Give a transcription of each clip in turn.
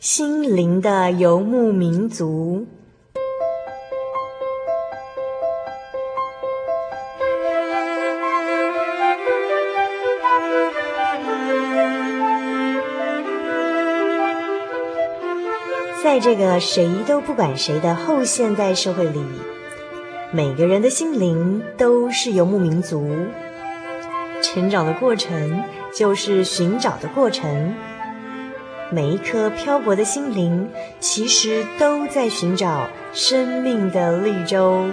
心灵的游牧民族。在这个谁都不管谁的后现代社会里，每个人的心灵都是游牧民族。成长的过程就是寻找的过程，每一颗漂泊的心灵其实都在寻找生命的绿洲。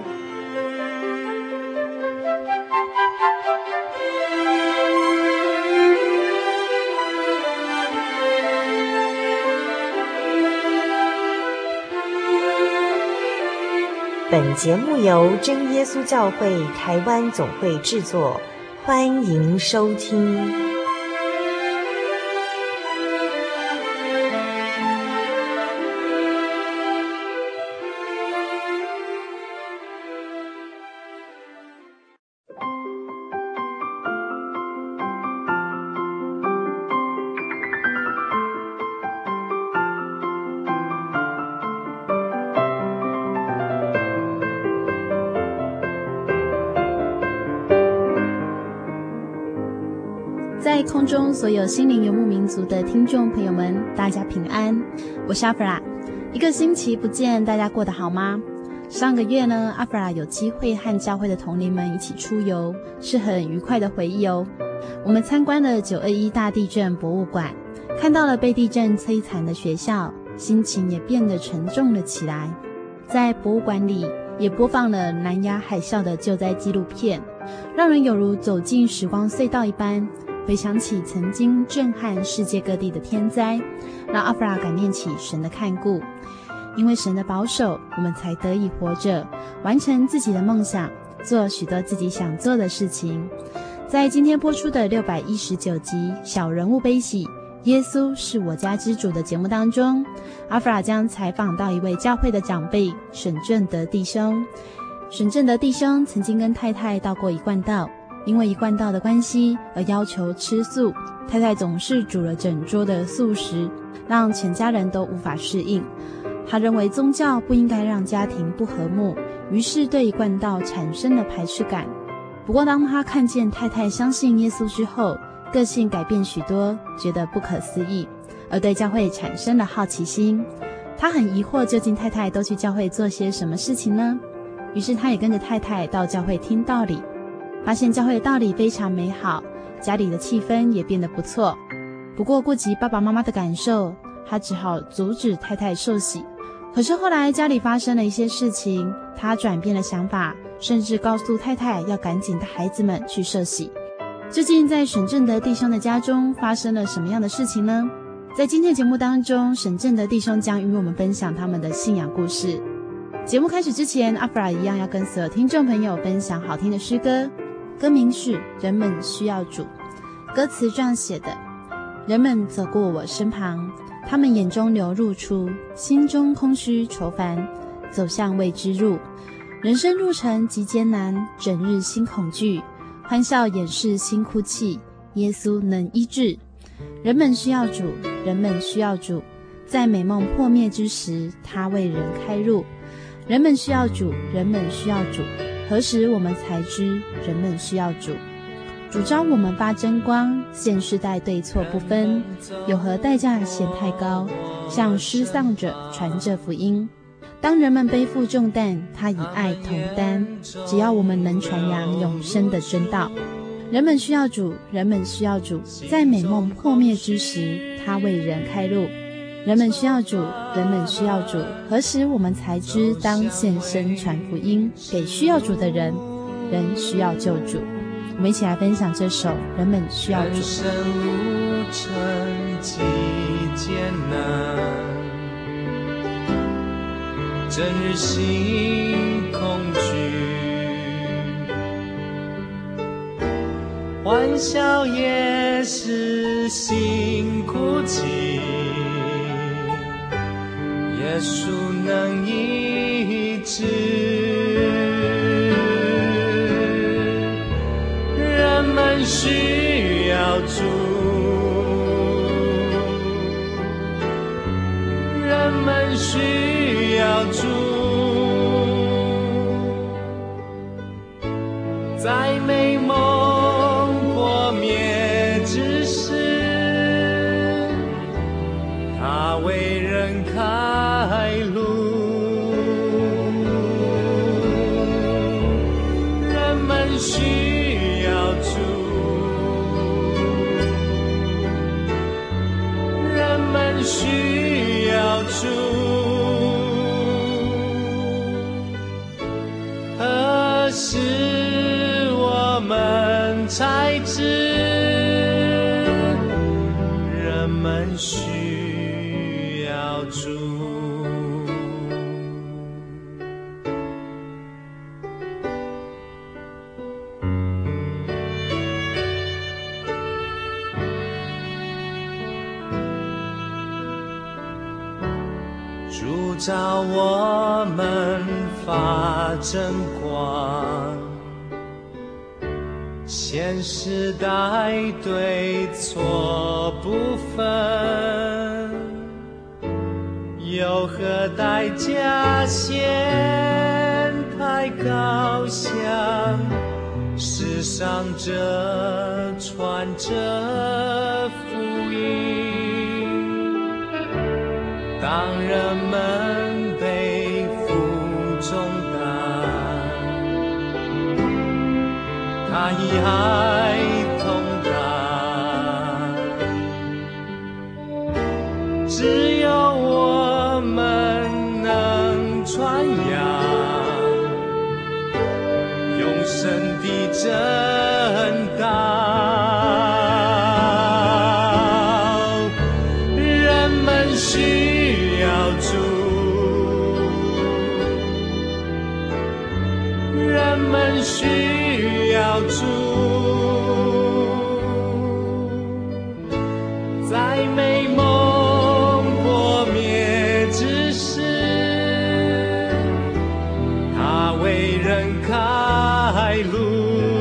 本节目由真耶稣教会台湾总会制作，欢迎收听。 在空中所有心灵游牧民族的听众朋友们，大家平安，我是阿弗拉。一个星期不见，大家过得好吗？上个月呢，阿弗拉有机会和教会的同龄们一起出游，是很愉快的回忆哦。我们参观了921大地震博物馆，看到了被地震摧残的学校，心情也变得沉重了起来。在博物馆里也播放了南亚海啸的救灾纪录片，让人有如走进时光隧道一般，回想起曾经震撼世界各地的天灾，让阿弗拉感念起神的看顾。因为神的保守，我们才得以活着，完成自己的梦想，做许多自己想做的事情。在今天播出的619集小人物悲喜，耶稣是我家之主的节目当中，阿弗拉将采访到一位教会的长辈沈正德弟兄。沈正德弟兄曾经跟太太到过一贯道，因为一贯道的关系而要求吃素，太太总是煮了整桌的素食，让全家人都无法适应。他认为宗教不应该让家庭不和睦，于是对一贯道产生了排斥感。不过当他看见太太相信耶稣之后，个性改变许多，觉得不可思议，而对教会产生了好奇心。他很疑惑，究竟太太都去教会做些什么事情呢？于是他也跟着太太到教会听道理，发现教会的道理非常美好，家里的气氛也变得不错。不过顾及爸爸妈妈的感受，他只好阻止太太受洗。可是后来家里发生了一些事情，他转变了想法，甚至告诉太太要赶紧带孩子们去受洗。究竟在沈正德弟兄的家中发生了什么样的事情呢？在今天节目当中，沈正德弟兄将与我们分享他们的信仰故事。节目开始之前，阿弗拉一样要跟所有听众朋友分享好听的诗歌，歌名是《人们需要主》。歌词这样写的：人们走过我身旁，他们眼中流露出，心中空虚愁烦，走向未知路。人生路程极艰难，整日心恐惧，欢笑掩饰心哭泣，耶稣能医治。人们需要主，人们需要主，在美梦破灭之时，他为人开路。人们需要主，人们需要主，何时我们才知人们需要主？主召我们发真光，现世代对错不分，有何代价嫌太高？向失丧者传这福音。当人们背负重担，他以爱同担，只要我们能传扬永生的真道。人们需要主，人们需要主，在美梦破灭之时，他为人开路。人们需要主，人们需要主，何时我们才知当现身传福音给需要主的人？人需要救主。我们一起来分享这首《人们需要主》。 人生路程极艰难，整日心恐惧，欢笑也是心哭泣，耶稣能医治。人们需要主， 们需要主，在美梦破灭之时，他为人开路。人们需要主，人们需要主，何时我们才知人们需要主？主照我们发真光，现时代对错不分，有何代价先太高翔？世上这传着福音，当人们背负重担，他以爱同担，只有我们能传扬永生的真道。人们需要主，人们需要主，在美梦破灭之时，他为人开路。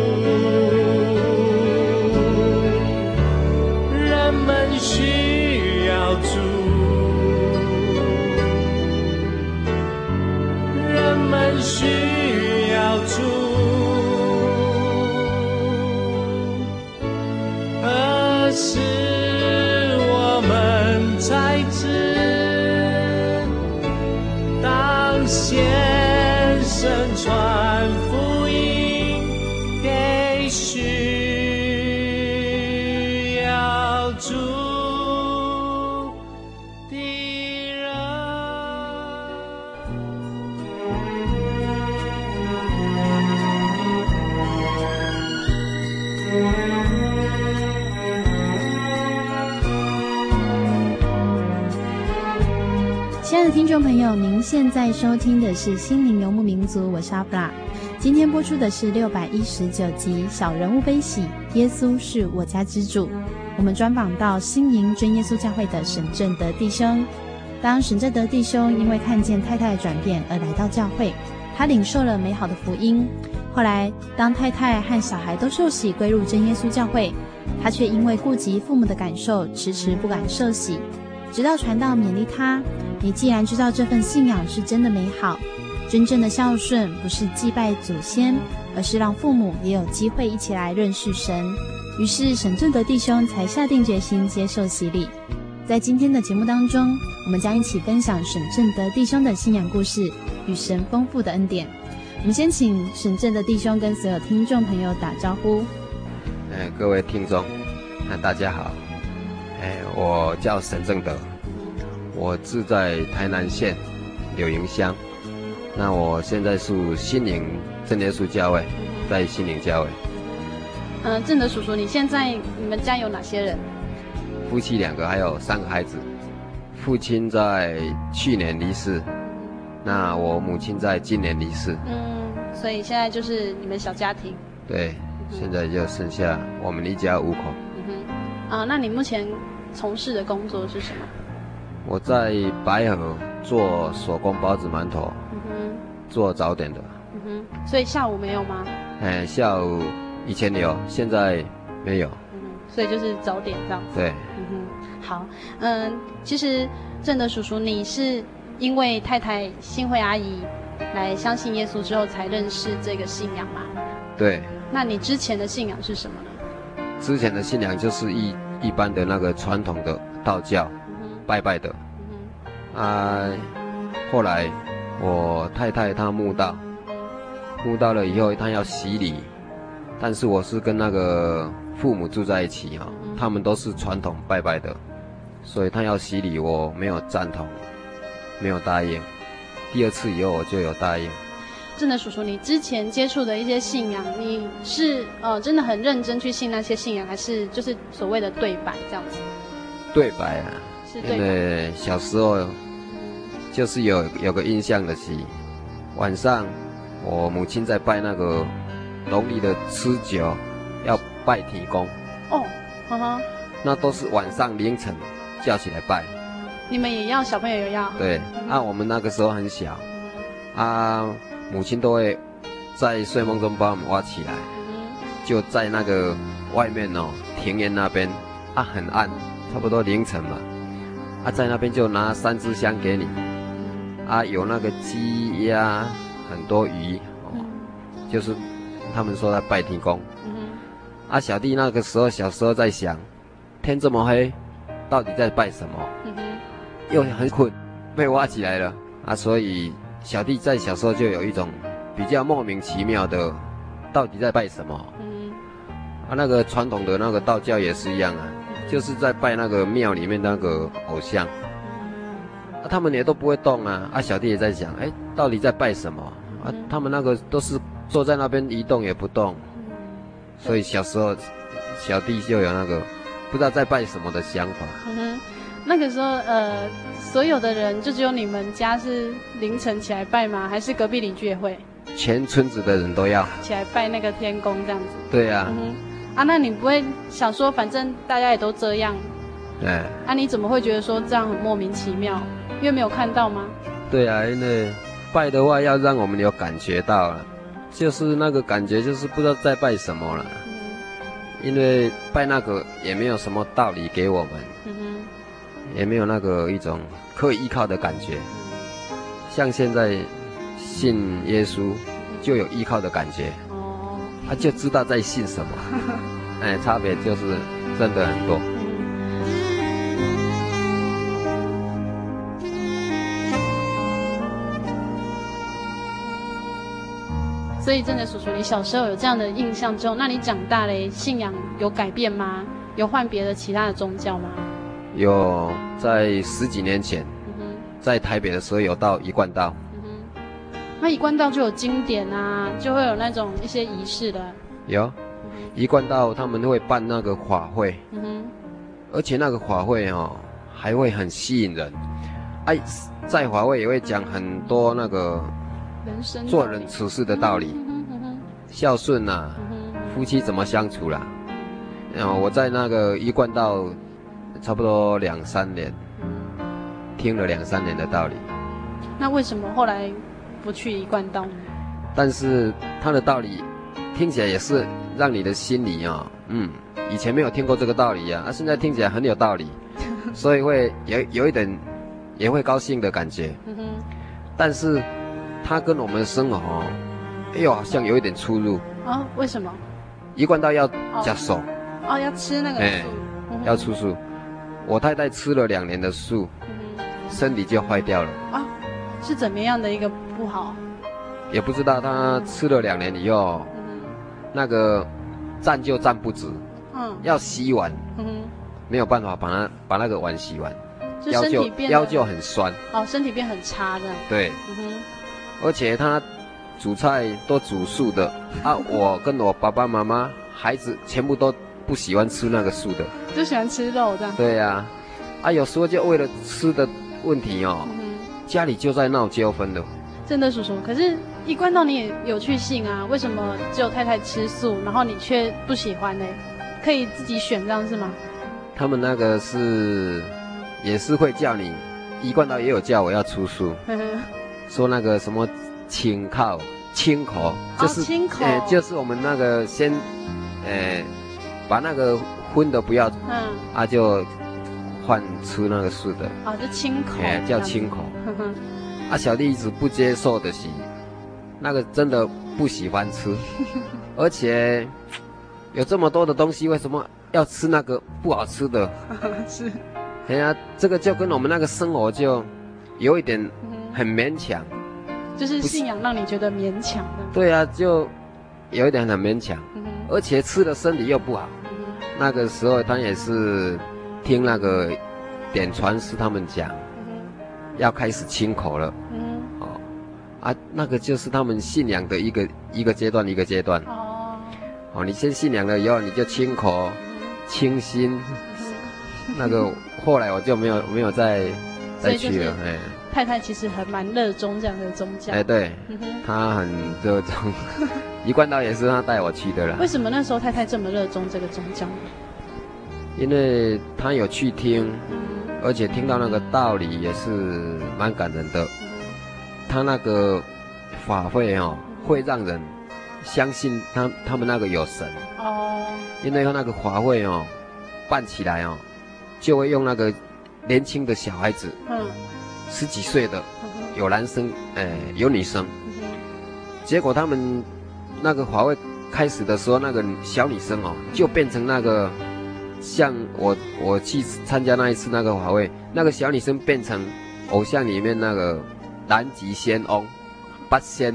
人们需要主，人们需要主，何时我们才知当先生传福音给需要主的人？ 亲爱的听众朋友，您现在收听的是心灵游牧民族，我是阿弗拉。今天播出的是619集小人物悲喜，耶稣是我家之主。我们专访到新营真耶稣教会的沈正德弟兄。当沈正德弟兄因为看见太太的转变而来到教会，他领受了美好的福音。后来当太太和小孩都受洗归入真耶稣教会，他却因为顾及父母的感受，迟迟不敢受洗。直到传道勉励他，你既然知道这份信仰是真的美好，真正的孝顺不是祭拜祖先，而是让父母也有机会一起来认识神。于是沈正德弟兄才下定决心接受洗礼。在今天的节目当中，我们将一起分享沈正德弟兄的信仰故事与神丰富的恩典。我们先请沈正德弟兄跟所有听众朋友打招呼。 各位听众，大家好。我叫沈正德，我住在台南县柳营乡。那我现在是新营真耶稣教会，在新营教会。 正德叔叔，你们家有哪些人？ 夫妻2个，还有3个孩子。父亲在去年离世，那我母亲在今年离世。 所以现在就是你们小家庭。 对，现在就剩下我们一家5口。 那你目前从事的工作是什么？ 我在白河做手工包子馒头，做早点的。 所以下午没有吗？ 下午以前有，现在没有。 所以就是早点这样子。 对， 好，其实正德叔叔，你是因为太太幸惠阿姨来相信耶稣之后才认识这个信仰吗？ 对。 那你之前的信仰是什么呢？ 之前的信仰就是一般的那个传统的道教，拜拜的。后来我太太她慕道了以后，她要洗礼，但是我是跟那个父母住在一起哈，他们都是传统拜拜的，所以她要洗礼，我没有赞同，没有答应。第二次以后我就有答应。 正德叔叔，你之前接触的一些信仰，你是真的很认真去信那些信仰，还是就是所谓的对白这样子？ 对白啊， 是对白。 因为小时候就是有个印象的是，晚上我母亲在拜那个农历的吃酒，要拜天公。 哦，呵呵。 那都是晚上凌晨叫起来拜。 你们也要，小朋友也要？ 对，我们那个时候很小，母亲都会在睡梦中把我们挖起来，就在那个外面庭院那边，很暗，差不多凌晨嘛，在那边就拿3支香给你，有那个鸡鸭很多鱼，就是他们说在拜天公。小弟那个时候小时候在想，天这么黑，到底在拜什么？又很困，被挖起来了所以小弟在小时候就有一种比较莫名其妙的，到底在拜什么？那个传统的那个道教也是一样就是在拜那个庙里面那个偶像，他们也都不会动小弟也在想，到底在拜什么？他们那个都是坐在那边一动也不动，所以小时候小弟就有那个不知道在拜什么的想法。 那个时候所有的人就只有你们家是凌晨起来拜吗？还是隔壁邻居也会？ 全村子的人都要起来拜那个天公这样子。 对啊。 那你不会想说，反正大家也都这样，你怎么会觉得说这样很莫名其妙？因为没有看到吗？ 对啊，因为拜的话要让我们有感觉到了，就是那个感觉就是不知道在拜什么了。因为拜那个也没有什么道理给我们，也没有那个一种可以依靠的感觉。像现在信耶稣就有依靠的感觉，就知道在信什么。差别就是真的很多。 所以真的叔叔，你小时候有这样的印象之后，那你长大了信仰有改变吗？有换别的其他的宗教吗？有， 在10几年前，在台北的时候有到一贯道。 那一贯道就有经典就会有那种一些仪式的。 有，一贯道他们会办那个法会，而且那个法会还会很吸引人。在法会也会讲很多那个人生做人处事的道理，孝顺夫妻怎么相处啦。我在那个一贯道差不多2、3年，听了2、3年的道理。 那为什么后来不去一贯道呢？ 但是他的道理听起来也是让你的心里以前没有听过这个道理现在听起来很有道理，所以会有一点也会高兴的感觉。但是它跟我们的生活又好像有一点出入。 为什么？ 一贯道要吃素。 要吃那个素。 要吃素。我太太吃了2年的素，身体就坏掉了。 是怎么样的一个不好？ 也不知道，她吃了2年以后，那个站就站不直，要洗碗，没有办法把那个碗洗完，腰就很酸。 身体变很差这样。 对。而且她煮菜都煮素的我跟我爸爸妈妈孩子全部都不喜欢吃那个素的， 就喜欢吃肉这样。 对呀。有时候就为了吃的问题家里就在闹纠纷了。 真的叔叔，可是一贯道你也有去信为什么只有太太吃素，然后你却不喜欢呢？可以自己选这样是吗？ 他们那个也是会叫你，一贯道也有叫我要出素，说那个什么清口，就是清口， 就是我们那个先把那个荤的不要，就换吃那个素的， 就清口， 叫清口。小弟一直不接受的是，那个真的不喜欢吃，而且有这么多的东西，为什么要吃那个不好吃的？ 是， 哎呀，这个就跟我们那个生活就有一点很勉强， 就是信仰让你觉得勉强的。 对啊，就有一点很勉强，而且吃的身体又不好。那个时候他也是听那个点传师他们讲，要开始清口了。那个就是他们信仰的一个阶段一个阶段。你先信仰了以后，你就清口、清心。那个后来我就没有再去了。 太太其实还蛮热衷这样的宗教。 对，她很热衷。一贯道也是她带我去的啦。 为什么那时候太太这么热衷这个宗教呢？ 因为她有去听，而且听到那个道理也是蛮感人的。他那个法会会让人相信他们那个有神。因为那个法会办起来就会用那个年轻的小孩子，10几岁的，有男生有女生。结果他们那个法会开始的时候，那个小女生就变成那个像我去参加那一次那个法会，那个小女生变成偶像里面那个南极仙翁八仙。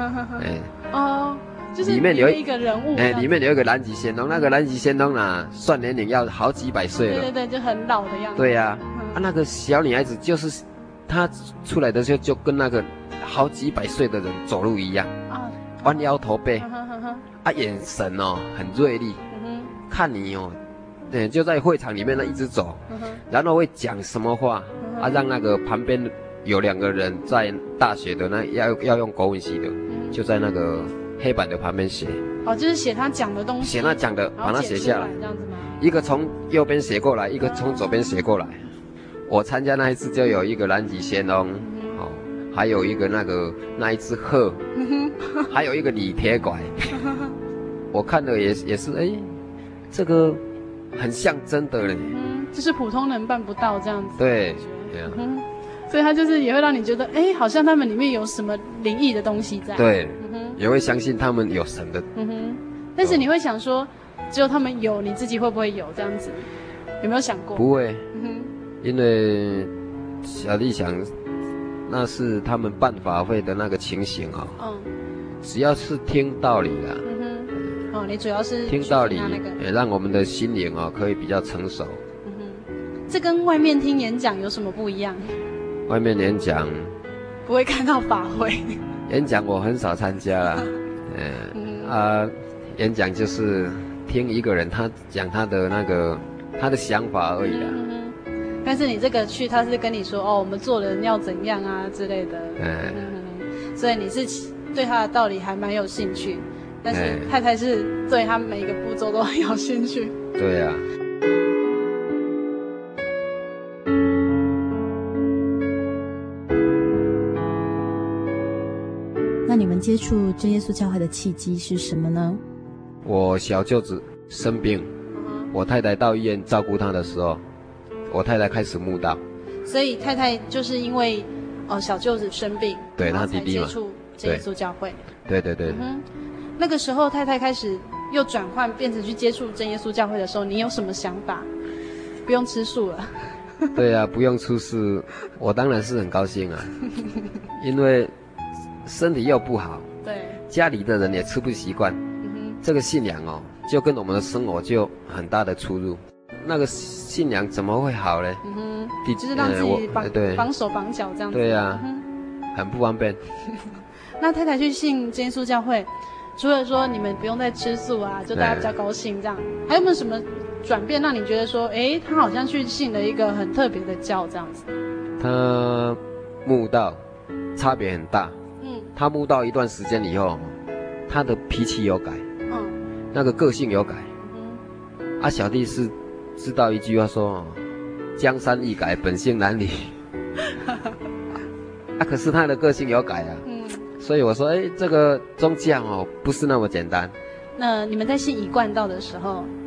就是里面有一个人物， 里面有一个南极仙翁，那个南极仙翁算年龄要好几百岁了。 对，就很老的样子。 对呀，那个小女孩子就是她出来的时候就跟那个好几百岁的人走路一样，弯腰驼背，眼神很锐利，看你就在会场里面一直走，然后会讲什么话让那个旁边有2个人在大学的要用国文系的，就在那个黑板的旁边写。 就是写他讲的东西， 写他讲的，把它写下来， 这样子吗？ 一个从右边写过来，一个从左边写过来。我参加那一次就有一个南极仙翁，还有一个那一只鹤，还有一个李铁拐。我看了也是，这个很像真的嘞。 就是普通人办不到这样子。 对， 所以他就是也会让你觉得，好像他们里面有什么灵异的东西在。 对，也会相信他们有神的。 但是你会想说，只有他们有，你自己会不会有这样子？有没有想过？ 不会，因为小弟想，那是他们办法会的那个情形只要是听道理啦。 你主要是听道理，也让我们的心灵可以比较成熟。 这跟外面听演讲有什么不一样？ 外面演讲不会看到法会。 演讲我很少参加啦。演讲就是听一个人他讲他的想法而已啦。 但是你这个去，他是跟你说我们做人要怎样啊之类的。所以你是对他的道理还蛮有兴趣，但是太太是对他每一个步骤都很有兴趣。 对呀。 那你们接触真耶稣教会的契机是什么呢？ 我小舅子生病，我太太到医院照顾他的时候，我太太开始慕道。 所以太太就是因为小舅子生病， 对他弟弟嘛， 接触真耶稣教会。 对。 那个时候太太开始又转换变成去接触真耶稣教会的时候，你有什么想法？不用吃素了。 对啊，不用出事，我当然是很高兴啊，因为身体又不好， 对， 家里的人也吃不习惯，这个信仰就跟我们的生活就很大的出入。那个信仰怎么会好呢？ 就是让自己绑手绑脚这样子。 对啊，很不方便。 那太太去信真耶稣教会，除了说你们不用再吃素啊，就大家比较高兴这样，还有没有什么转变让你觉得说，他好像去信了一个很特别的教这样子？ 他慕道差别很大。他慕道一段时间以后，他的脾气有改，那个个性有改。小弟是知道一句话说，江山易改，本性难移。可是他的个性有改啊。所以我说，这个宗教不是那么简单。 那你们在信一贯道的时候，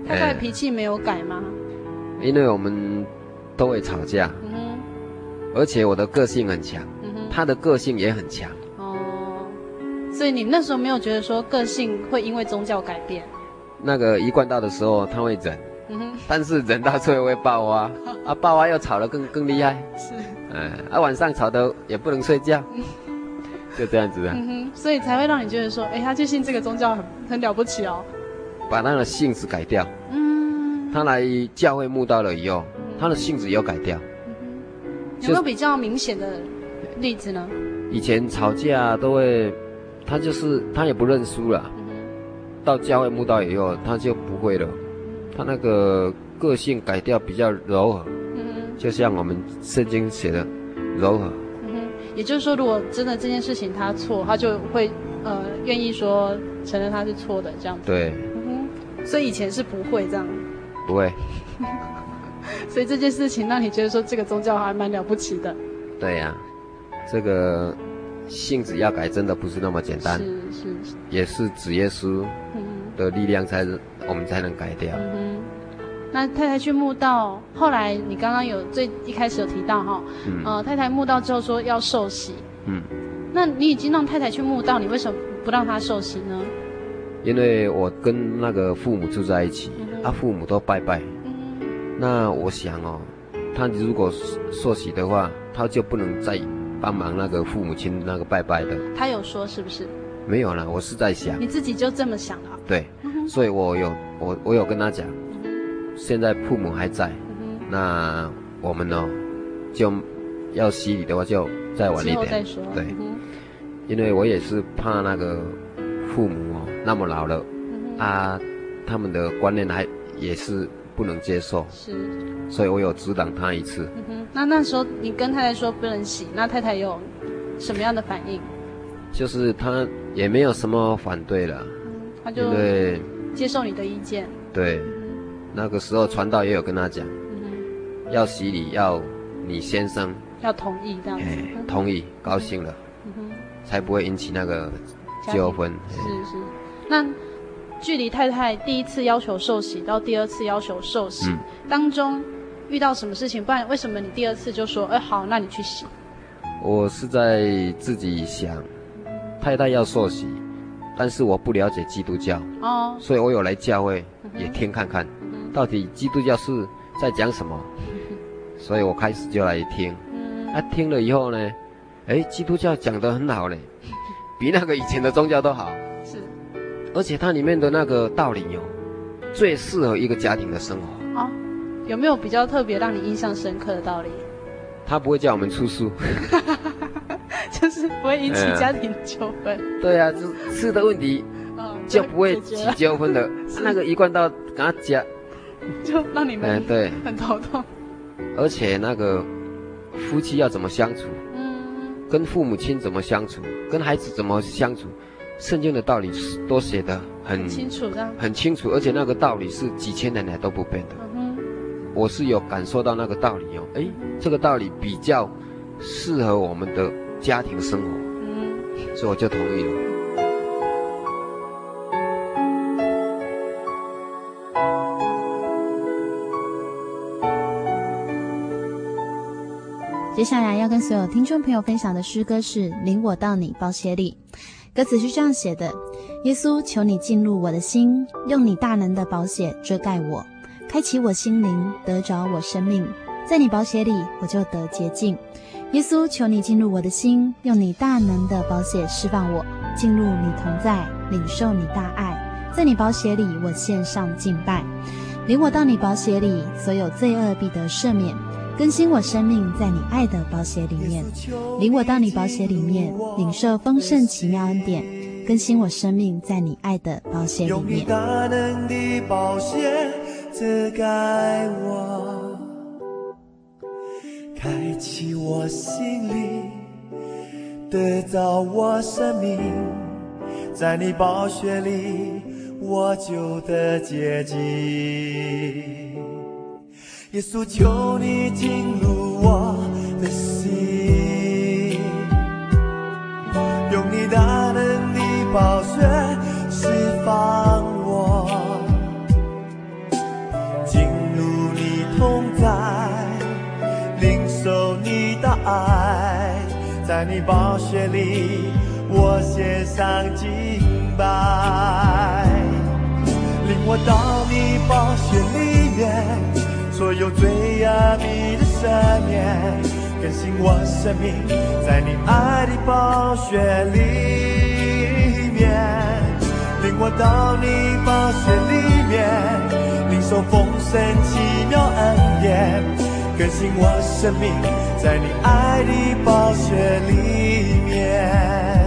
太太脾气没有改吗？ 因为我们都会吵架，而且我的个性很强，他的个性也很强。 所以你那时候没有觉得说个性会因为宗教改变？ 那个一贯道的时候他会忍，但是忍到最后会爆发，爆发又吵得更厉害。 是， 晚上吵得也不能睡觉，就这样子的。 所以才会让你觉得说，他去信这个宗教很了不起哦。 把他的性子改掉。他来教会慕道了以后，他的性子有改掉。 有没有比较明显的例子呢？ 以前吵架都会，他也不认输了。到教会慕道以后，他就不会了。他那个个性改掉，比较柔和。就像我们圣经写的柔和。 也就是说，如果真的这件事情他错，他就会愿意说承认他是错的这样子。 对。 所以以前是不会这样。 不会。 所以这件事情让你觉得说这个宗教还蛮了不起的。 对呀，这个性子要改真的不是那么简单。 是。 也是主耶稣的力量我们才能改掉。 那太太去慕道，后来你刚刚最一开始有提到哈，太太慕道之后说要受洗。那你已经让太太去慕道，你为什么不让她受洗呢？ 因为我跟那个父母住在一起，父母都拜拜。那我想他如果受洗的话，他就不能再帮忙那个父母亲那个拜拜的。他有说是不是？ 没有啦，我是在想。 你自己就这么想的？ 对，所以我有跟他讲，现在父母还在，那我们就要洗礼的话就再晚一点。 之后再说。 对，因为我也是怕那个父母那么老了，他们的观念也是不能接受， 是， 所以我有指导他一次。 那时候你跟太太说不能洗，那太太有什么样的反应？ 就是他也没有什么反对了， 他就接受你的意见。 对，那个时候传道也有跟他讲，要洗礼要你先生要同意这样子， 同意高兴了，才不会引起那个纠纷。 是。那距离太太第一次要求受洗到第二次要求受洗，当中遇到什么事情？不然为什么你第二次就说，好，那你去洗？ 我是在自己想，太太要受洗，但是我不了解基督教，所以我有来教会也听看看，到底基督教是在讲什么，所以我开始就来听。听了以后呢，基督教讲得很好嘞，比那个以前的宗教都好。 是， 而且它里面的那个道理最适合一个家庭的生活。 有没有比较特别让你印象深刻的道理？ 他不会叫我们出书， 就是不会引起家庭纠纷。 对啊，就是吃的问题就不会起纠纷的。那个一贯道跟他讲， 就让你们对很头痛。 而且那个夫妻要怎么相处，跟父母亲怎么相处，跟孩子怎么相处，圣经的道理都写得很清楚， 很清楚，而且那个道理是几千年来都不变的。我是有感受到那个道理这个道理比较适合我们的家庭生活，所以我就同意了。 接下来要跟所有听众朋友分享的诗歌是《领我到你宝血里》，歌词是这样写的：耶稣，求你进入我的心，用你大能的宝血遮盖我，开启我心灵，得着我生命，在你宝血里我就得洁净。耶稣，求你进入我的心，用你大能的宝血释放我，进入你同在，领受你大爱，在你宝血里我献上敬拜。领我到你宝血里，所有罪恶必得赦免，更新我生命在你爱的宝血里面。领我到你宝血里面，领受丰盛奇妙恩典，更新我生命在你爱的宝血里面。 用你大能的宝血遮盖我，开启我心里，得着我生命，在你宝血里我就得洁净。耶稣，求你进入我的心，用你大能的宝血释放我， 在你宝血里，我献上敬拜。领我到你宝血里面，所有罪恶你的赦免，更新我生命，在你爱的宝血里面。领我到你宝血里面，领受丰盛奇妙恩典，更新我生命，在你爱的宝血里面。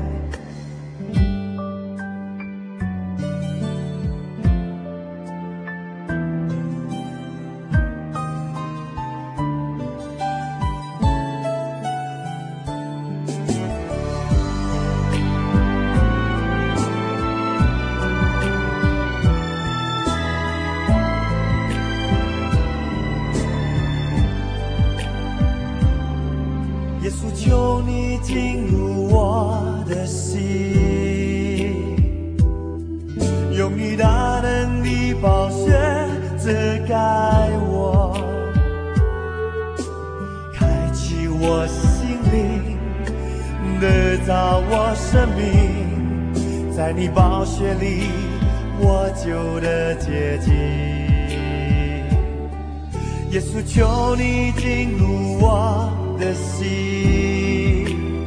求你进入我的心，用你大能的宝血遮盖我，开启我心灵，得到我生命，在你宝血里我就得洁净。耶稣，求你进入我的心，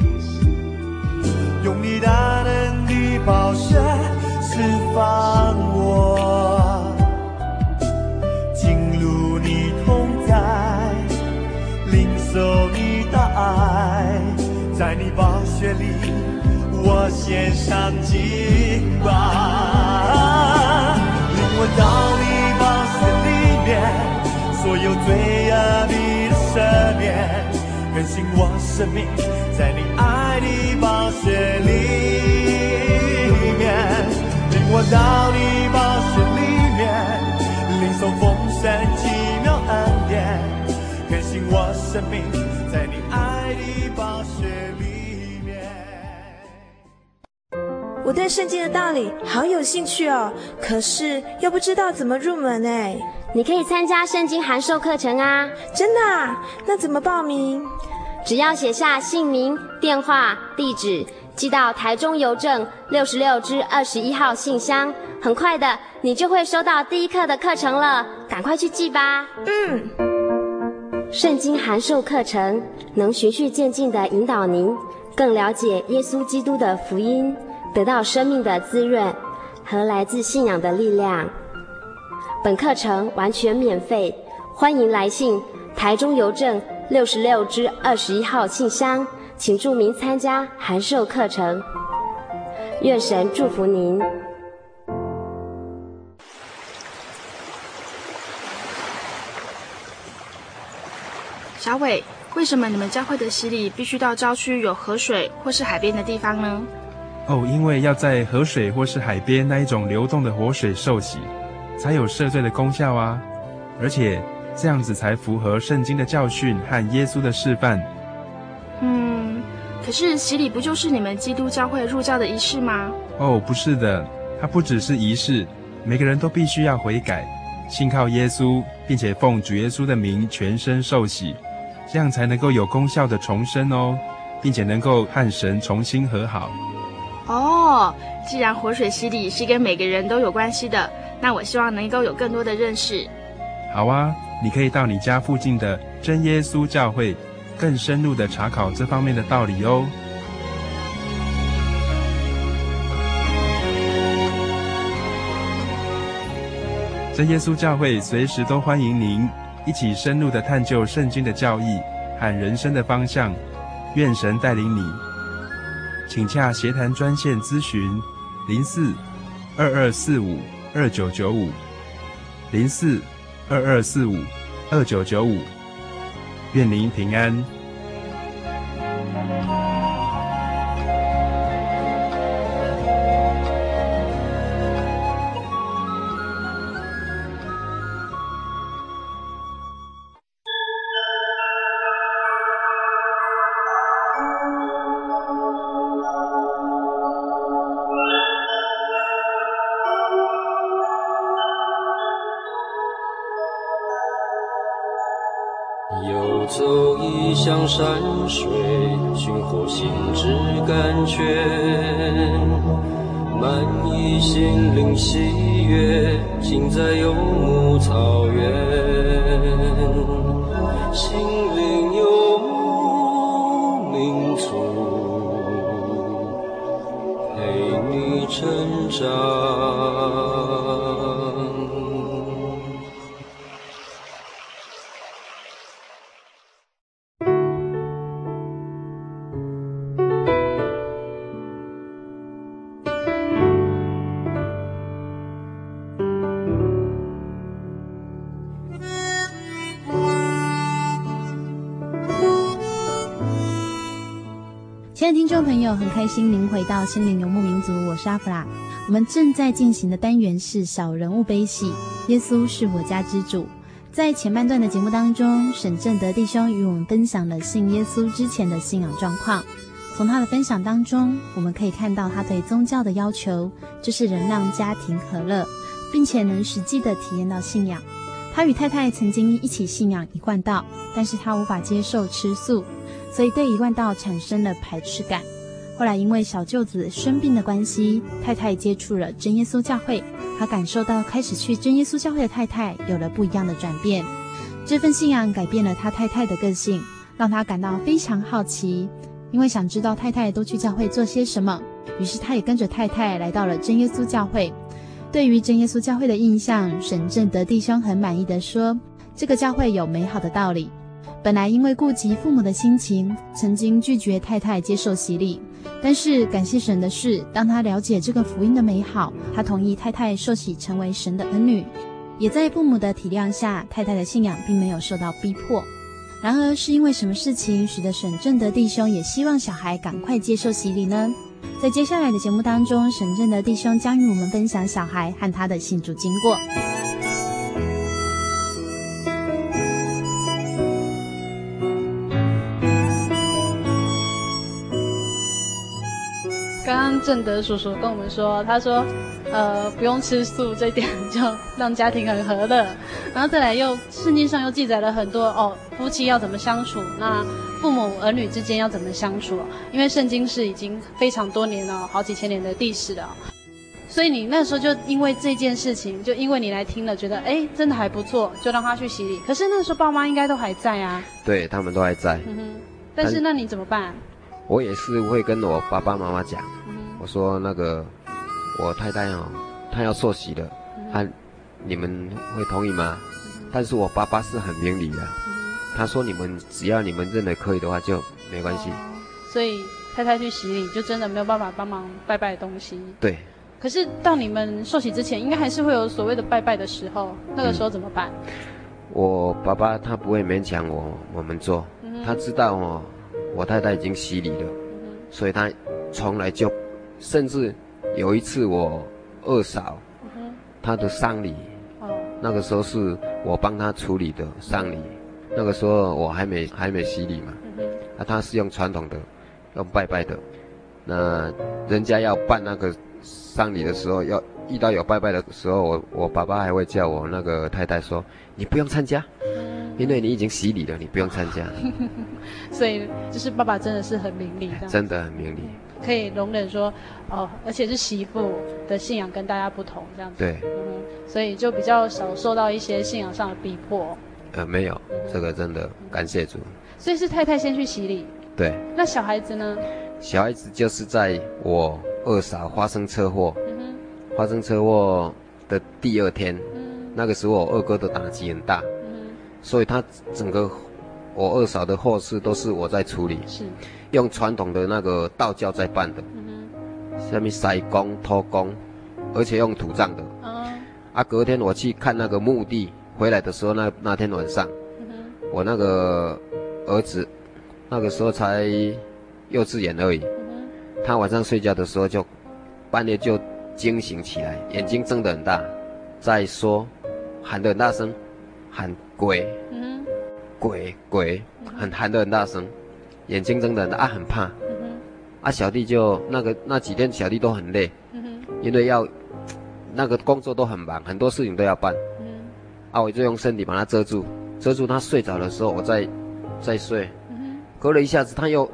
用你大能的宝血释放我，进入你同在，领受你的爱，在你宝血里我献上敬拜。领我到你宝血里面，所有罪恶你的赦免，更新我生命，在你爱的宝血里面。领我到你宝血里面，领受丰盛奇妙恩典，更新我生命，在你爱的宝血里面。 我对圣经的道理好有兴趣哦，可是又不知道怎么入门哎。 你可以参加圣经函授课程啊。 真的啊？那怎么报名？ 只要写下姓名、电话、地址，寄到台中邮政66支21号信箱，很快的你就会收到第一课的课程了，赶快去寄吧。圣经函授课程能循序渐进地引导您更了解耶稣基督的福音，得到生命的滋润和来自信仰的力量。本课程完全免费，欢迎来信台中邮政66支21号信箱，请注明参加函授课程。愿神祝福您。 小伟，为什么你们教会的洗礼必须到郊区有河水或是海边的地方呢？ 因为要在河水或是海边那一种流动的活水受洗，才有赦罪的功效啊，而且这样子才符合圣经的教训和耶稣的示范。 可是洗礼不就是你们基督教会入教的仪式吗？ 不是的，它不只是仪式，每个人都必须要悔改，信靠耶稣，并且奉主耶稣的名全身受洗，这样才能够有功效的重生哦，并且能够和神重新和好。 既然活水洗礼是跟每个人都有关系的，那我希望能够有更多的认识。 好啊，你可以到你家附近的真耶稣教会，更深入的查考这方面的道理哦。真耶稣教会随时都欢迎您一起深入的探究圣经的教义和人生的方向，愿神带领你。请洽协谈专线咨询04-2245-2995 04-2245-2995。愿您平安。 游走异乡山水，寻或心之甘泉，满溢心灵喜悦，尽在游牧草原。心灵游牧民族，陪你成长。 亲爱的听众朋友，很开心您回到心灵游牧民族，我是阿弗拉。我们正在进行的单元是小人物悲喜，耶稣是我家之主。在前半段的节目当中，沈正德弟兄与我们分享了信耶稣之前的信仰状况。从他的分享当中，我们可以看到他对宗教的要求就是能让家庭和乐，并且能实际的体验到信仰。他与太太曾经一起信仰一贯道，但是他无法接受吃素，所以对一贯道产生了排斥感。后来因为小舅子生病的关系，太太接触了真耶稣教会，他感受到开始去真耶稣教会的太太有了不一样的转变。这份信仰改变了他太太的个性，让他感到非常好奇，因为想知道太太都去教会做些什么，于是他也跟着太太来到了真耶稣教会。对于真耶稣教会的印象，沈正德弟兄很满意地说，这个教会有美好的道理。本来因为顾及父母的心情，曾经拒绝太太接受洗礼，但是感谢神的是，当他了解这个福音的美好，他同意太太受洗成为神的儿女，也在父母的体谅下，太太的信仰并没有受到逼迫。然而是因为什么事情使得沈正德弟兄也希望小孩赶快接受洗礼呢？在接下来的节目当中，沈正德弟兄将与我们分享小孩和他的信主经过。刚刚正德叔叔跟我们说，他说不用吃素，这点就让家庭很和乐。然后再来圣经上又记载了很多夫妻要怎么相处，那父母儿女之间要怎么相处，因为圣经是已经非常多年了，好几千年的历史了。所以你那时候就因为这件事情，就因为你来听了，觉得真的还不错，就让他去洗礼。可是那时候爸妈应该都还在啊。 对，他们都还在。 但是那你怎么办？ 我也是会跟我爸爸妈妈讲，我说那个我太太她要受洗了，你们会同意吗？但是我爸爸是很明理的，他说只要你们认为可以的话就没关系。 所以太太去洗礼就真的没有办法帮忙拜拜的东西。 对。 可是到你们受洗之前，应该还是会有所谓的拜拜的时候，那个时候怎么办？ 我爸爸他不会勉强我们做，他知道我太太已经洗礼了，所以他从来就，甚至有一次我二嫂，她的丧礼，那个时候是我帮她处理的丧礼，那个时候我还没洗礼嘛，她是用传统的，用拜拜的，那人家要办那个丧礼的时候，要遇到有拜拜的时候，我爸爸还会叫我那个太太说，你不用参加。因为你已经洗礼了，你不用参加。 所以就是爸爸真的是很明理的， 真的很明理， 可以容忍说而且是媳妇的信仰跟大家不同这样子。 对， 所以就比较少受到一些信仰上的逼迫。 没有，这个真的感谢主。 所以是太太先去洗礼。 对。 那小孩子呢？ 小孩子就是在我二嫂发生车祸，发生车祸的第二天，那个时候我二哥的打击很大。所以他整个我二嫂的后事都是我在处理，是用传统的那个道教在办的，下面塞公偷公，而且用土葬的。隔天我去看那个墓地，回来的时候那天晚上，我那个儿子那个时候才幼稚园而已，他晚上睡觉的时候就半夜就惊醒起来，眼睛睁得很大，在说喊得很大声，喊鬼，鬼，喊得很大声，眼睛睁得很大，很怕。小弟就那几天小弟都很累，因为要那个工作都很忙，很多事情都要办。我就用身体把他遮住他睡着的时候，我再睡。隔了一下子，他又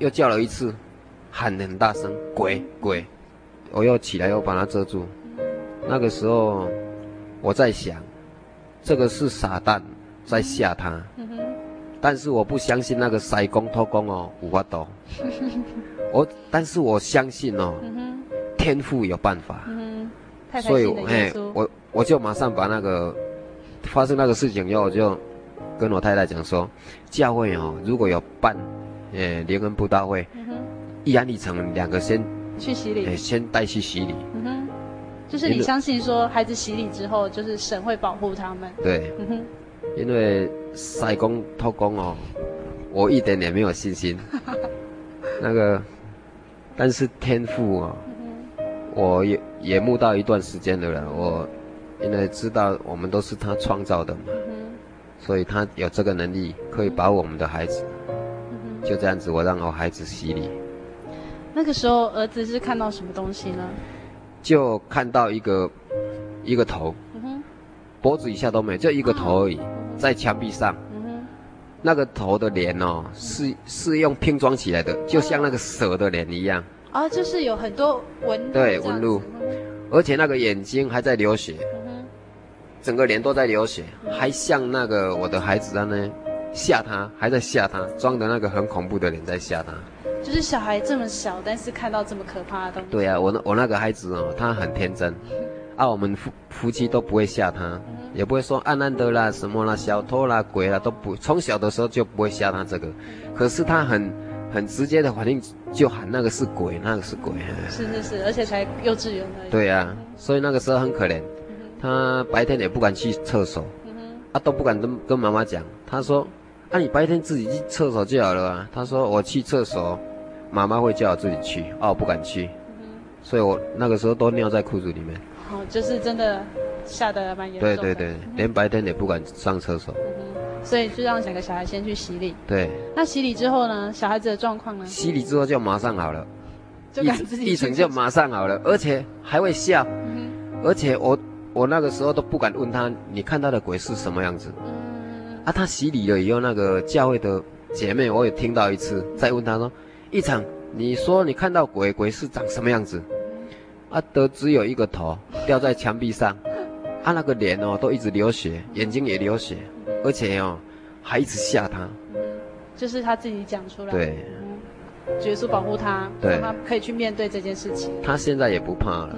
又叫了一次，喊得很大声，鬼鬼！我又起来又把它遮住。那个时候我在想，这个是撒旦在吓他，但是我不相信那个塞公偷公哦有法度，但是我相信哦，天父有办法，所以我就马上把那个发生那个事情以后，我就跟我太太讲说，教会哦如果有办灵恩布道会，一安一成两个先去洗礼， 先带去洗礼。 就是你相信说孩子洗礼之后，就是神会保护他们。 对，因为塞公偷公哦，我一点也没有信心。那个，但是天父哦，我也慕道一段时间的了。我因为知道我们都是他创造的嘛，所以他有这个能力可以保我们的孩子。就这样子，我让我孩子洗礼。 那个时候，儿子是看到什么东西呢？ 就看到一个头，脖子以下都没有，就一个头而已，在墙壁上。那个头的脸哦，是用拼装起来的，就像那个蛇的脸一样。 啊，就是有很多纹路。 对，纹路，而且那个眼睛还在流血，整个脸都在流血，还像那个我的孩子在那吓他，还在吓他，装的那个很恐怖的脸在吓他。 就是小孩这么小，但是看到这么可怕的东西。 对啊，我那个孩子哦，他很天真，我们夫妻都不会吓他，也不会说暗暗的啦、什么啦、小偷啦、鬼啦都不，从小的时候就不会吓他这个。可是他很直接的反应就喊那个是鬼，那个是鬼。 是，而且才幼稚园而已。 对啊，所以那个时候很可怜，他白天也不敢去厕所，都不敢跟妈妈讲。他说，你白天自己去厕所就好了啊。他说我去厕所。妈妈会叫我自己去，我不敢去，所以我那个时候都尿在裤子里面。 就是真的吓得蛮严重的。 对，连白天也不敢上厕所。 所以就让两个小孩先去洗礼。 对。 那洗礼之后呢？小孩子的状况呢？ 洗礼之后就马上好了， 就敢自己一成就马上好了，而且还会笑。而且我那个时候都不敢问他，你看到的鬼是什么样子？他洗礼了以后，那个教会的姐妹我也听到一次，再问他说。一场，你说你看到鬼是长什么样子？都只有一个头掉在墙壁上，那个脸哦都一直流血，眼睛也流血，而且哦还一直吓他。 就是他自己讲出来。 对。 耶稣保护他，让他可以去面对这件事情。 他现在也不怕了。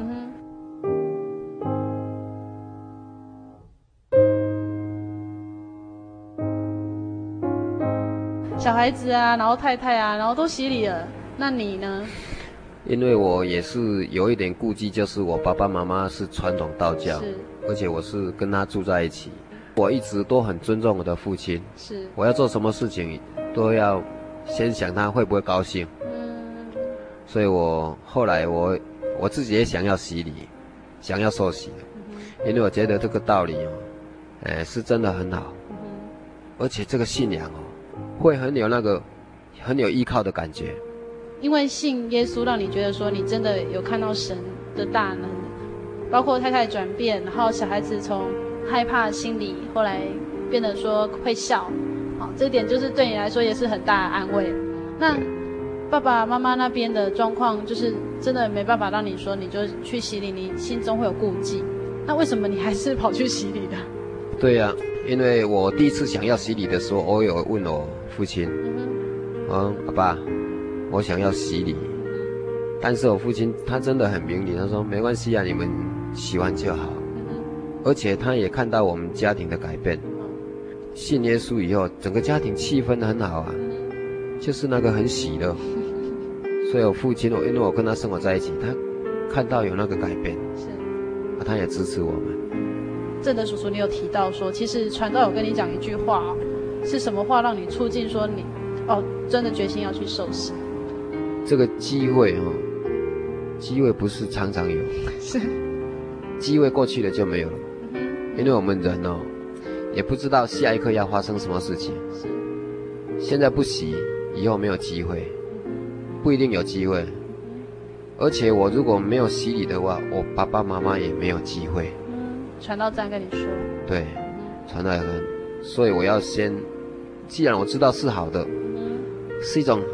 小孩子啊，然后太太啊，然后都洗礼了，那你呢？ 因为我也是有一点顾忌，就是我爸爸妈妈是传统道教，而且我是跟他住在一起，我一直都很尊重我的父亲，我要做什么事情都要先想他会不会高兴，所以我后来我自己也想要洗礼，想要受洗，因为我觉得这个道理哦，是真的很好，而且这个信仰哦。会很有依靠的感觉， 因为信耶稣让你觉得说你真的有看到神的大能，包括太太转变，然后小孩子从害怕心理后来变得说会笑，这点就是对你来说也是很大的安慰。那爸爸妈妈那边的状况就是真的没办法让你说你就去洗礼，你心中会有顾忌，那为什么你还是跑去洗礼的？ 对呀，因为我第一次想要洗礼的时候，我有问我父亲，阿爸，我想要洗礼，但是我父亲他真的很明理，他说没关系啊，你们喜欢就好，而且他也看到我们家庭的改变，信耶稣以后，整个家庭气氛很好啊，就是那个很喜乐，所以我父亲，因为我跟他生活在一起，他看到有那个改变，他也支持我们。 正德叔叔，你有提到说，其实传道有跟你讲一句话，是什么话让你促进说你真的决心要去受洗？ 这个机会机会不是常常有， 是机会过去了就没有了，因为我们人也不知道下一刻要发生什么事情，现在不洗，以后没有机会，不一定有机会，而且我如果没有洗礼的话，我爸爸妈妈也没有机会。 传道这样跟你说， 对，传道也所以我要先，既然我知道是好的，是一种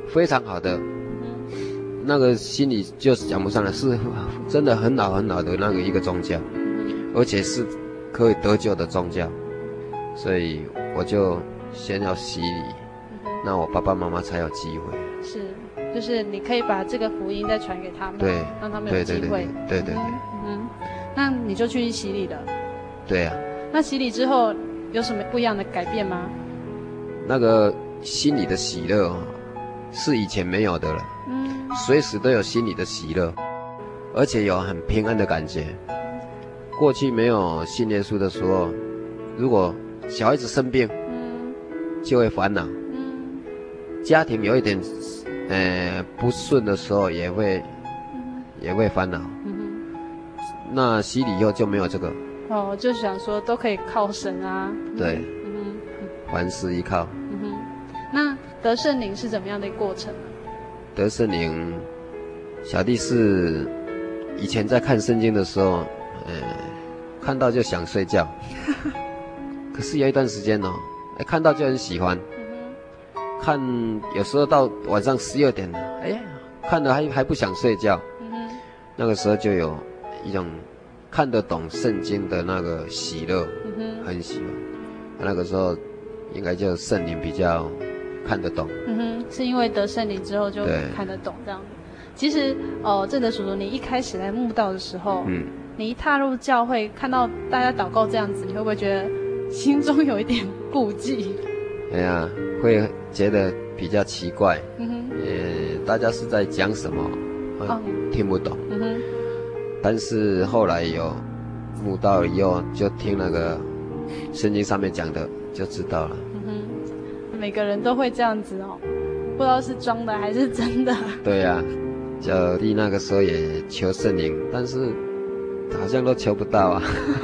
非常好的，那个心里就讲不上来，是真的很好很好的那个一个宗教，而且是可以得救的宗教，所以我就先要洗礼，那我爸爸妈妈才有机会。 是，就是你可以把这个福音再传给他们， 对， 让他们有机会。 对。 那你就去洗礼了。 对啊。 那洗礼之后有什么不一样的改变吗？ 那个心里的喜乐是以前没有的了，随时都有心里的喜乐，而且有很平安的感觉。过去没有信耶稣的时候，如果小孩子生病，就会烦恼，家庭有一点不顺的时候也会烦恼，那洗礼以后就没有这个。 就想说都可以靠神啊。 对，凡事依靠。 那得圣灵是怎么样的一个过程呢？ 得圣灵，小弟是以前在看圣经的时候，看到就想睡觉，可是有一段时间看到就很喜欢，看有时候到晚上12点，看了还不想睡觉，那个时候就有一种看得懂圣经的那个喜乐，很喜欢。那个时候应该就圣灵比较看得懂。 是因为得圣灵之后就看得懂这样子。其实正德叔叔，你一开始来慕道的时候，你一踏入教会，看到大家祷告这样子，你会不会觉得心中有一点顾忌？ 哎呀，会觉得比较奇怪。大家是在讲什么？听不懂。但是后来有慕道以后，就听那个圣经上面讲的，就知道了。 每个人都会这样子不知道是装的还是真的。 对呀，小弟那个时候也求圣灵，但是好像都求不到啊。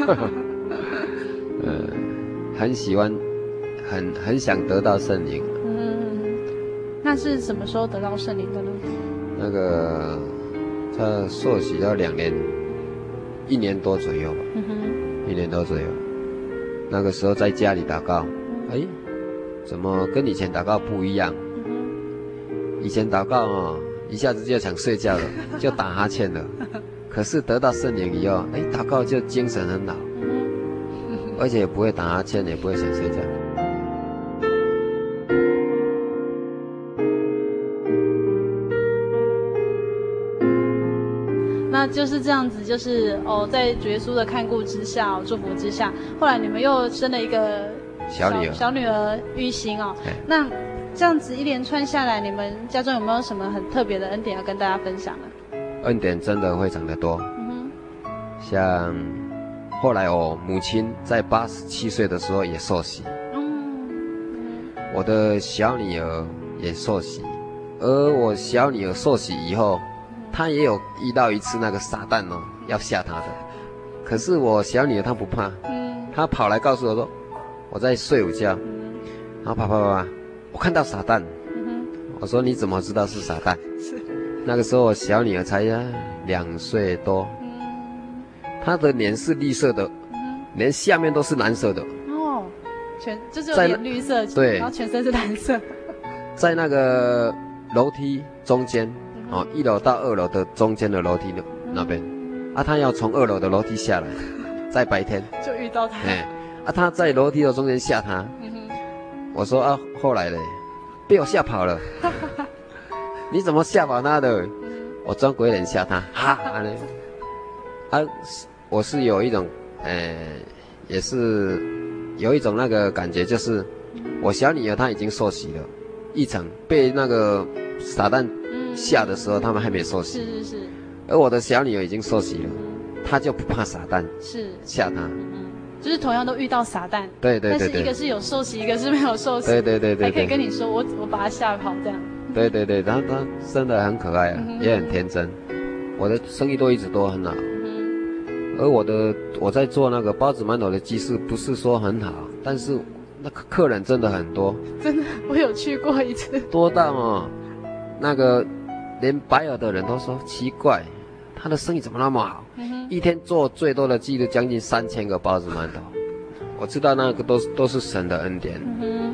很喜欢，很想得到圣灵。 那是什么时候得到圣灵的呢？ 那个他受洗要2年，1年多左右吧。1年多左右。那个时候在家里祷告，怎么跟以前祷告不一样？以前祷告一下子就想睡觉了，就打哈欠了。可是得到圣灵以后，祷告就精神很好，而且也不会打哈欠，也不会想睡觉。 那就是这样子，就是在主耶稣的看顾之下，祝福之下，后来你们又生了一个小女儿玉心那这样子一连串下来，你们家中有没有什么很特别的恩典要跟大家分享呢？ 恩典真的非常的多。像后来我母亲在87岁的时候也受洗，我的小女儿也受洗，而我小女儿受洗以后，她也有遇到一次那个撒旦要吓她的，可是我小女儿她不怕，她跑来告诉我说我在睡午觉，然后爸，我看到撒旦。我说你怎么知道是撒旦？那个时候我小女儿才2岁多，她的脸是绿色的，连下面都是蓝色的。 就是有点绿色， 对， 然后全身是蓝色。 在那个楼梯中间，1楼到2楼的中间的楼梯那边，她要从2楼的楼梯下来，在白天就遇到她。 她在楼梯的中间吓她。我说后来嘞，被我吓跑了。你怎么吓跑她的？我装鬼脸吓她，我是有一种，也是有一种那个感觉，就是我小女儿她已经受洗了，一层被那个撒旦吓的时候，他们还没受洗。 是。 而我的小女儿已经受洗了，她就不怕撒旦吓她。 就是同样都遇到撒旦， 对， 但是一个是有受洗，一个是没有受洗， 对， 还可以跟你说我把他吓跑这样。 对，他真的很可爱也很天真。我的生意都一直都很好，而我在做那个包子馒头的技术不是说很好，但是那个客人真的很多， 真的，我有去过一次， 多到那个连白耳的人都说奇怪，他的生意怎么那么好？一天做最多的记录将近3000个包子馒头。我知道那个都是神的恩典。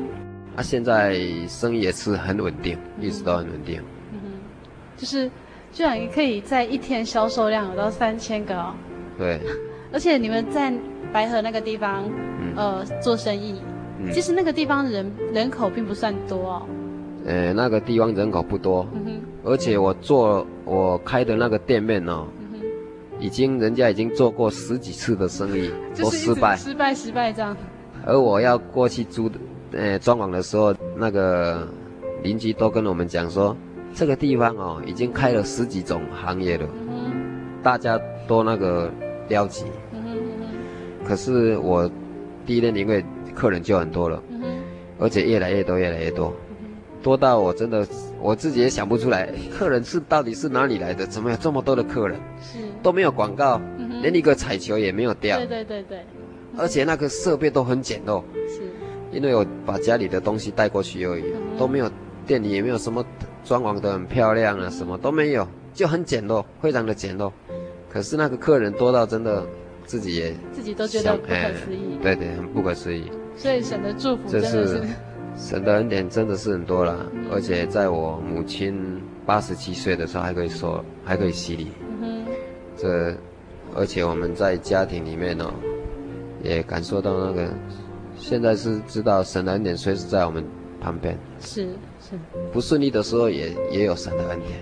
现在生意也是很稳定，一直都很稳定。 就是居然可以在一天销售量有到3000个哦。 对。 而且你们在白河那个地方，做生意，其实那个地方人口并不算多哦。 那个地方人口不多，而且我开的那个店面哦，人家已经做过10几次的生意，都失败这样。而我要过去装潢的时候，那个邻居都跟我们讲说，这个地方哦，已经开了10几种行业了，大家都那个撩起。可是我第一年因为客人就很多了，而且越来越多，多到我真的我自己也想不出来，客人到底是哪里来的？怎么有这么多的客人？都没有广告，连一个彩球也没有掉。对。而且那个设备都很简陋，因为我把家里的东西带过去而已，都没有，店里也没有什么装潢的很漂亮啊，什么都没有，就很简陋，非常的简陋。可是那个客人多到真的自己都觉得不可思议。对，很不可思议。所以神的祝福真的是神的恩典真的是很多啦，而且在我母亲87岁的时候还可以洗礼。而且我们在家庭里面哦，也感受到那个，现在是知道神的恩典随时在我们旁边。是，不顺利的时候也有神的恩典。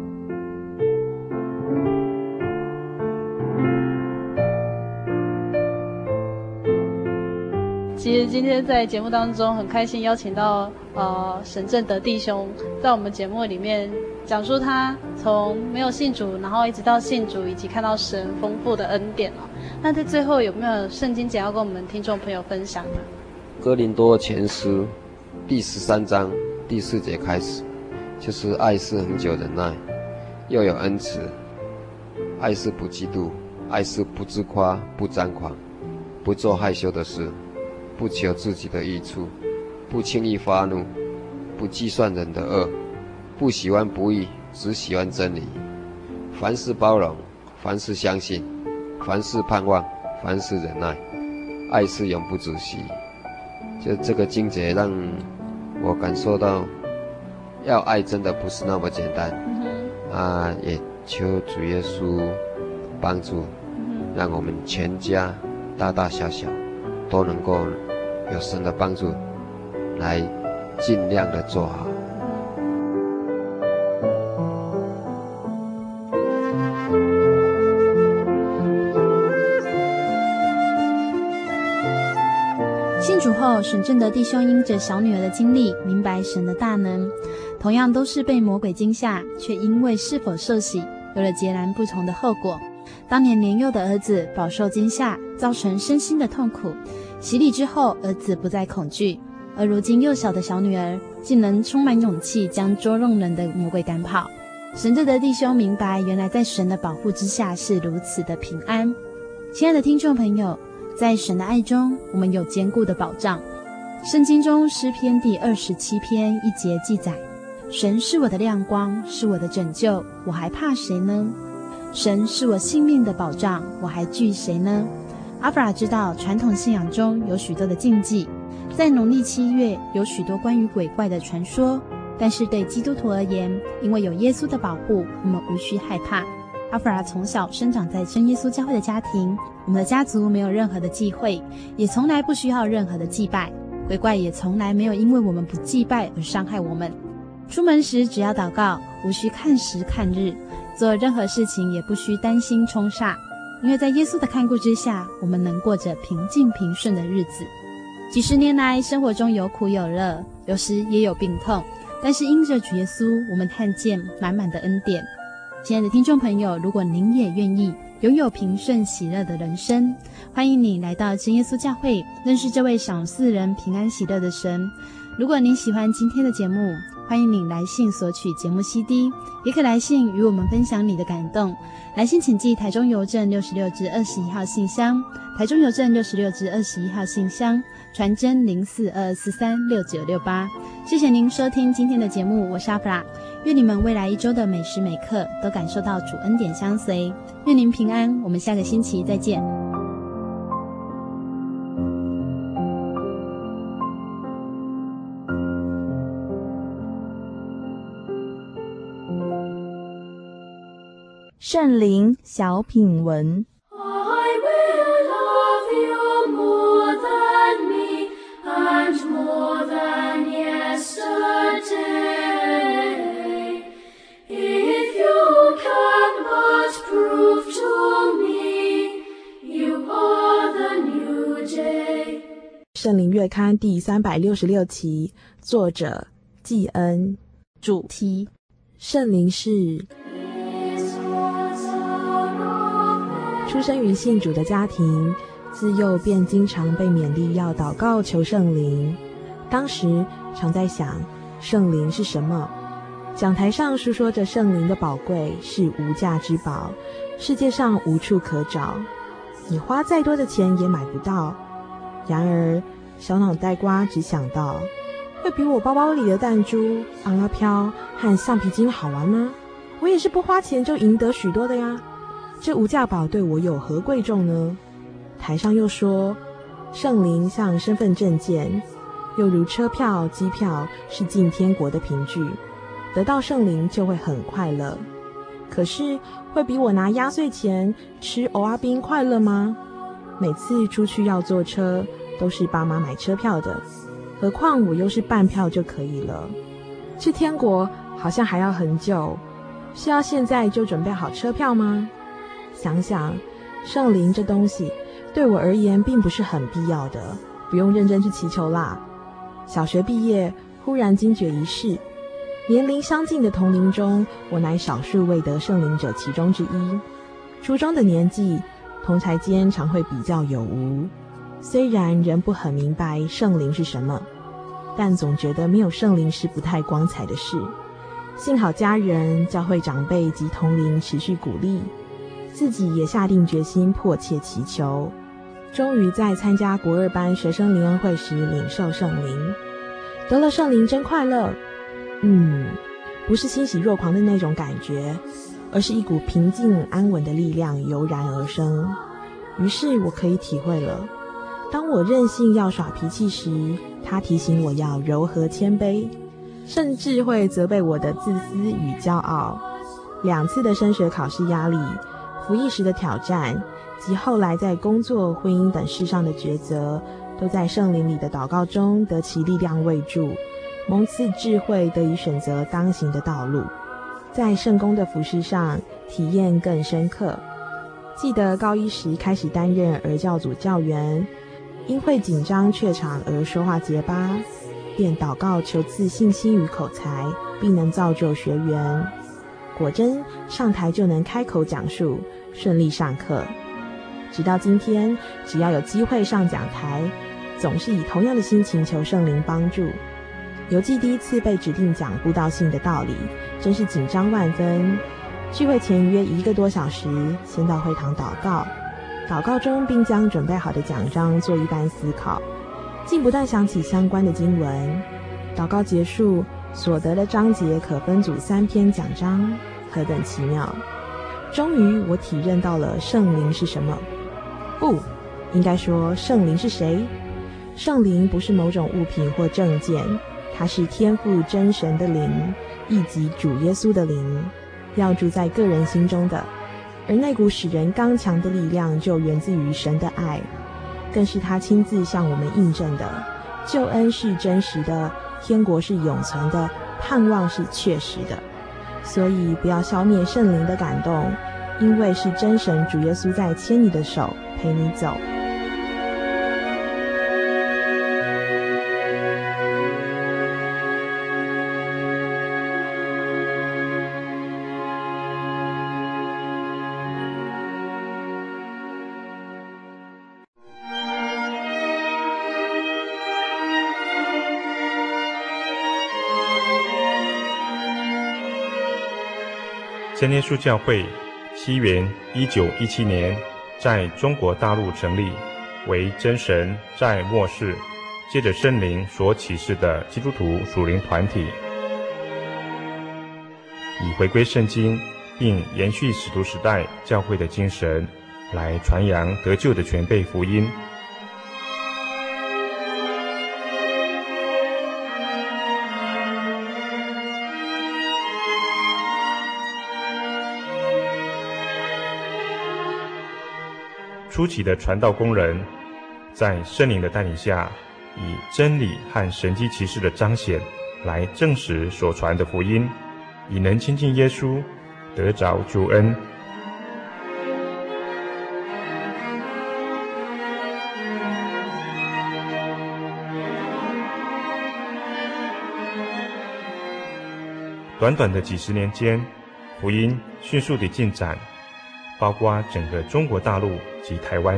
其实今天在节目当中很开心邀请到沈正德弟兄在我们节目里面讲述他从没有信主，然后一直到信主，以及看到神丰富的恩典哦。那在最后有没有圣经节要跟我们听众朋友分享呢？ 哥林多前书第13章第4节开始，就是爱是恒久忍耐，又有恩慈；爱是不嫉妒，爱是不自夸，不张狂，不做害羞的事，不求自己的益处，不轻易发怒，不计算人的恶，不喜欢不义，只喜欢真理。凡事包容，凡事相信，凡事盼望，凡事忍耐。爱是永不止息。就这个经节让我感受到，要爱真的不是那么简单。也求主耶稣帮助，让我们全家大大小小都能够有神的帮助，来尽量的做好。 信主后，沈正德弟兄因着小女儿的经历，明白神的大能。同样都是被魔鬼惊吓，却因为是否受洗，有了截然不同的后果。当年年幼的儿子饱受惊吓，造成身心的痛苦。洗礼之后，儿子不再恐惧，而如今幼小的小女儿竟能充满勇气，将捉弄人的魔鬼赶跑。沈正德弟兄明白，原来在神的保护之下是如此的平安。亲爱的听众朋友，在神的爱中，我们有坚固的保障。圣经中诗篇第27篇1节记载，神是我的亮光，是我的拯救，我还怕谁呢？神是我性命的保障，我还惧谁呢？阿弗拉知道传统信仰中有许多的禁忌，在农历7月有许多关于鬼怪的传说，但是对基督徒而言，因为有耶稣的保护，我们无需害怕。阿弗拉从小生长在真耶稣教会的家庭，我们的家族没有任何的忌讳，也从来不需要任何的祭拜，鬼怪也从来没有因为我们不祭拜而伤害我们。出门时只要祷告，无需看时看日，做任何事情也不需担心冲煞，因为在耶稣的看顾之下，我们能过着平静平顺的日子。几十年来，生活中有苦有乐，有时也有病痛，但是因着主耶稣，我们看见满满的恩典。亲爱的听众朋友，如果您也愿意拥有平顺喜乐的人生，欢迎你来到真耶稣教会，认识这位赏赐人平安喜乐的神。如果您喜欢今天的节目，欢迎你来信索取节目 CD， 也可来信与我们分享你的感动。来信请寄台中邮政66至21号信箱，台中邮政66至21号信箱，传真0422436968。谢谢您收听今天的节目，我是阿弗拉。愿你们未来一周的每时每刻都感受到主恩典相随，愿您平安，我们下个星期再见。 圣灵小品文。 圣灵月刊第366期，作者季恩， 主题圣灵是。出生于信主的家庭，自幼便经常被勉励要祷告求圣灵。当时常在想，圣灵是什么？讲台上述说着圣灵的宝贵，是无价之宝，世界上无处可找，你花再多的钱也买不到。然而小脑袋瓜只想到，会比我包包里的弹珠、昂阿飘和橡皮筋好玩吗？我也是不花钱就赢得许多的呀，这无价宝对我有何贵重呢？台上又说，圣灵像身份证件，又如车票、机票是进天国的凭据，得到圣灵就会很快乐。可是会比我拿压岁钱吃蚵仔冰快乐吗？每次出去要坐车都是爸妈买车票的，何况我又是半票就可以了。去天国好像还要很久，是要现在就准备好车票吗？想想圣灵这东西对我而言并不是很必要的，不用认真去祈求啦。小学毕业忽然惊觉一事，年龄相近的同龄中，我乃少数未得圣灵者其中之一。初中的年纪，同侪间常会比较有无，虽然仍不很明白圣灵是什么，但总觉得没有圣灵是不太光彩的事。幸好家人、教会长辈及同龄持续鼓励，自己也下定决心迫切祈求，终于在参加国2班学生灵恩会时领受圣灵。得了圣灵真快乐，不是欣喜若狂的那种感觉，而是一股平静安稳的力量油然而生。于是我可以体会了，当我任性要耍脾气时，他提醒我要柔和谦卑，甚至会责备我的自私与骄傲。2次的升学考试压力，服役时的挑战，及后来在工作、婚姻等事上的抉择，都在圣灵里的祷告中得其力量慰助，蒙赐智慧，得以选择当行的道路，在圣工的服事上体验更深刻。记得高1时开始担任儿教组教员，因会紧张怯场而说话结巴，便祷告求赐信心与口才，并能造就学员。果真上台就能开口讲述，顺利上课。直到今天，只要有机会上讲台，总是以同样的心情求圣灵帮助。犹记第1次被指定讲布道性的道理，真是紧张万分。聚会前约1个多小时，先到会堂祷告，祷告中并将准备好的讲章做一般思考，竟不断想起相关的经文。祷告结束，所得的章节可分组3篇讲章，何等奇妙！终于我体认到了圣灵是什么。不，应该说圣灵是谁？圣灵不是某种物品或证件，它是天父真神的灵，亦即主耶稣的灵，要住在个人心中的。而那股使人刚强的力量就源自于神的爱，更是他亲自向我们印证的。救恩是真实的，天国是永存的，盼望是确实的。所以不要消灭圣灵的感动，因为是真神主耶稣在牵你的手，陪你走。 真耶稣教会西元1917年在中国大陆成立，为真神在末世借着圣灵所启示的基督徒属灵团体，以回归圣经并延续使徒时代教会的精神，来传扬得救的全备福音。 初期的传道工人，在圣灵的带领下，以真理和神迹奇事的彰显来证实所传的福音，以能亲近耶稣，得着救恩。短短的几十年间，福音迅速地进展，包括整个中国大陆及台湾。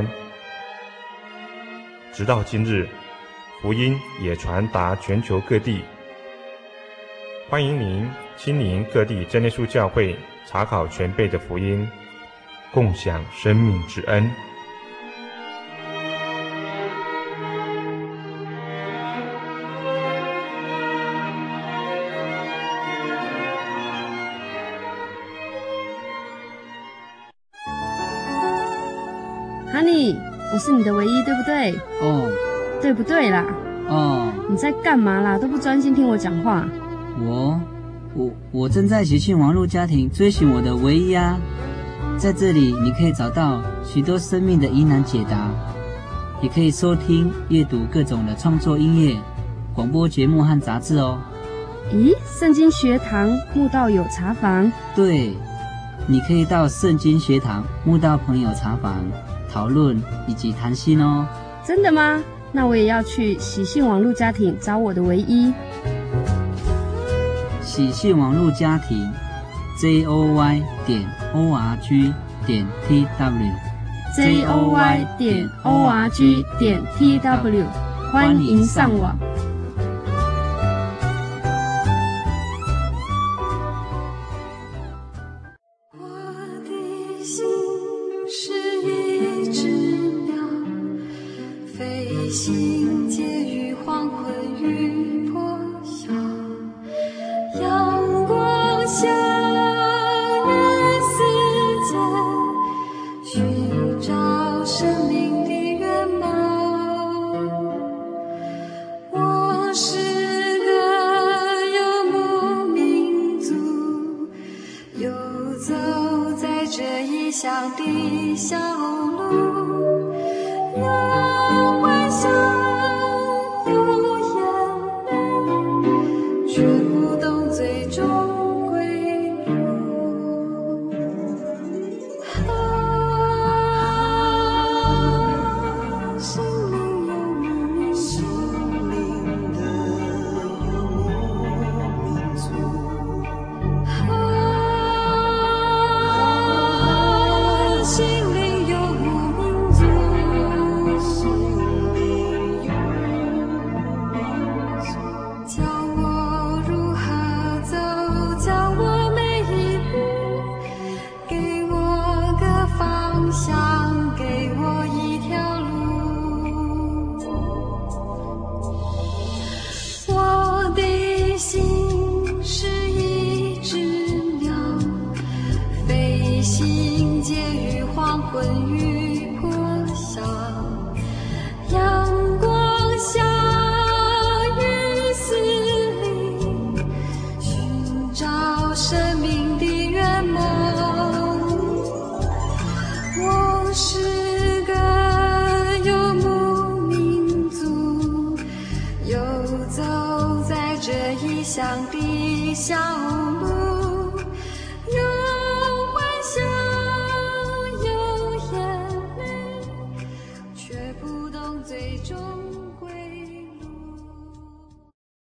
直到今日，福音也传达全球各地。欢迎您亲临各地真耶稣教会，查考全备的福音，共享生命之恩。 Honey， 我是你的唯一，对不对？ 哦， 对不对啦？ 哦， 你在干嘛啦？都不专心听我讲话。 我正在喜讯网络家庭追寻我的唯一啊！在这里，你可以找到许多生命的疑难解答，也可以收听、阅读各种的创作音乐、广播节目和杂志哦。 咦，圣经学堂慕道友茶房？ 对，你可以到圣经学堂慕道朋友茶房讨论以及谈心哦。 真的吗？那我也要去喜讯网络家庭找我的唯一。 喜讯网络家庭 joy.org.tw，joy.org.tw，欢迎上网。 心结于黄昏与破晓，阳光下人世间，寻找生命的原貌。我是个游牧民族，游走在这异乡的小路，有欢笑，有眼泪，却不懂最终归路。心灵游牧民族，心灵的游牧民族。心灵游牧民族。教我如何走，教我每一步，给我个方向，给我一条路。我的心是一只鸟，飞行介于黄昏与破晓，阳光下生命的圆梦。我是个游牧民族，游走在这异乡的小